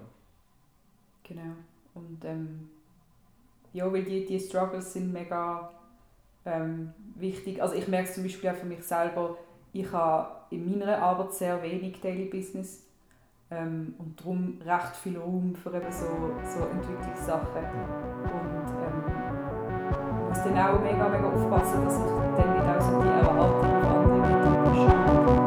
Genau. Und ähm, ja, weil die, die Struggles sind mega ähm, wichtig. Also ich merke es zum Beispiel auch für mich selber, ich habe in meiner Arbeit sehr wenig Daily Business ähm, und darum recht viel Raum für eben so, so Entwicklungssachen. Und ähm, muss dann auch mega, mega aufpassen, dass ich dann nicht auch so die Erwartungen auf andere mitpushe.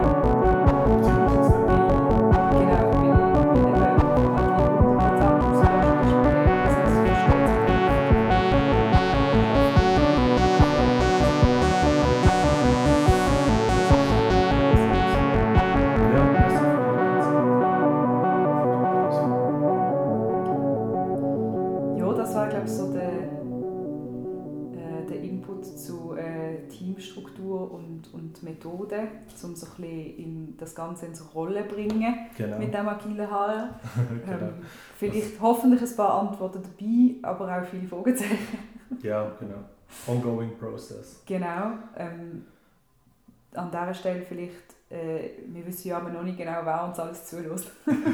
Und Methoden, um so ein bisschen in das Ganze ins Rollen zu bringen, genau. Mit dem agilen H R. Genau. ähm, vielleicht hoffentlich ein paar Antworten dabei, aber auch viele Fragezeichen. Ja, genau. Ongoing process. Genau. Ähm, an dieser Stelle vielleicht, äh, wir wissen ja aber noch nicht genau, wer uns alles zuhört.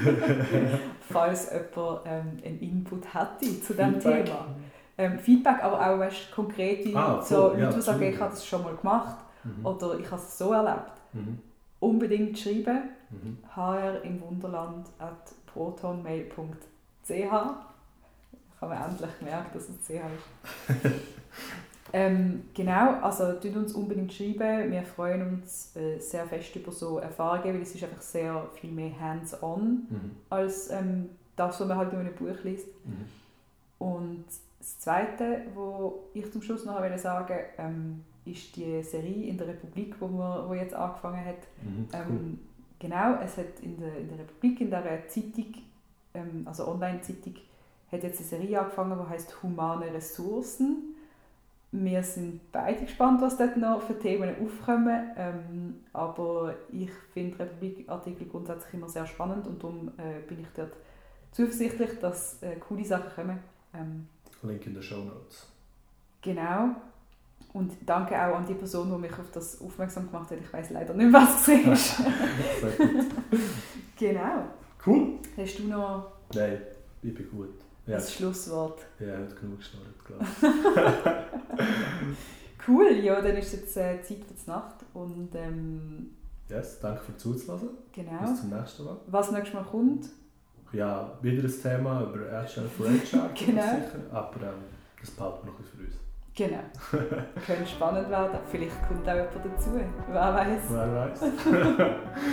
Falls jemand ähm, einen Input hätte zu diesem Thema. Ähm, Feedback, aber auch weißt, konkrete, ah, so, Leute, ja, die sagen, ich habe das schon mal gemacht. Mhm. Oder ich habe es so erlebt. Mhm. Unbedingt schreiben. Mhm. h r im Wunderland at protonmail punkt c h. Ich habe mir endlich gemerkt, dass es C H ist. ähm, genau, also tut uns unbedingt schreiben. Wir freuen uns äh, sehr fest über so Erfahrungen, weil es ist einfach sehr viel mehr hands-on mhm. als ähm, das, was man halt in einem Buch liest. Mhm. Und das Zweite, was ich zum Schluss noch sagen wollte, ähm, ist die Serie in der Republik, die wo, wo jetzt angefangen hat. Mhm, cool. ähm, genau, es hat in der, in der Republik, in der Zeitung, ähm, also Online-Zeitung, hat jetzt eine Serie angefangen, die heisst «Humane Ressourcen». Wir sind beide gespannt, was dort noch für Themen aufkommen. Ähm, aber ich finde Republik-Artikel grundsätzlich immer sehr spannend und darum äh, bin ich dort zuversichtlich, dass äh, coole Sachen kommen. Ähm, Link in den Shownotes. Genau. Und danke auch an die Person, die mich auf das aufmerksam gemacht hat. Ich weiss leider nicht, was es ist. Sehr gut. Genau. Cool. Hast du noch... Nein, ich bin gut. Ja. Das Schlusswort. Ja, ich habe genug geschnurrt, glaube ich. Cool, ja, dann ist jetzt äh, Zeit für die Nacht. Und, ähm, yes, danke fürs Zuhören. Genau. Bis zum nächsten Mal. Was nächstes Mal kommt? Ja, wieder ein Thema über Agile for H R. Genau. Sicher, aber ähm, das behalten wir noch für uns. Genau. Könnte spannend werden. Vielleicht kommt auch jemand dazu. Wer weiß. Wer weiß.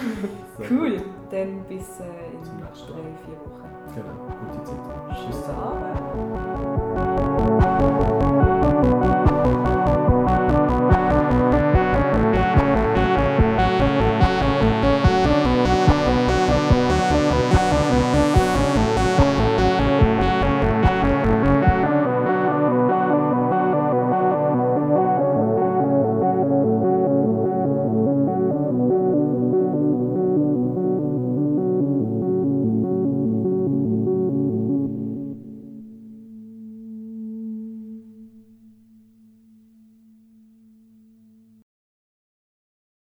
Cool. Dann bis äh, in drei, vier Wochen. Genau. Gute Zeit. Tschüss.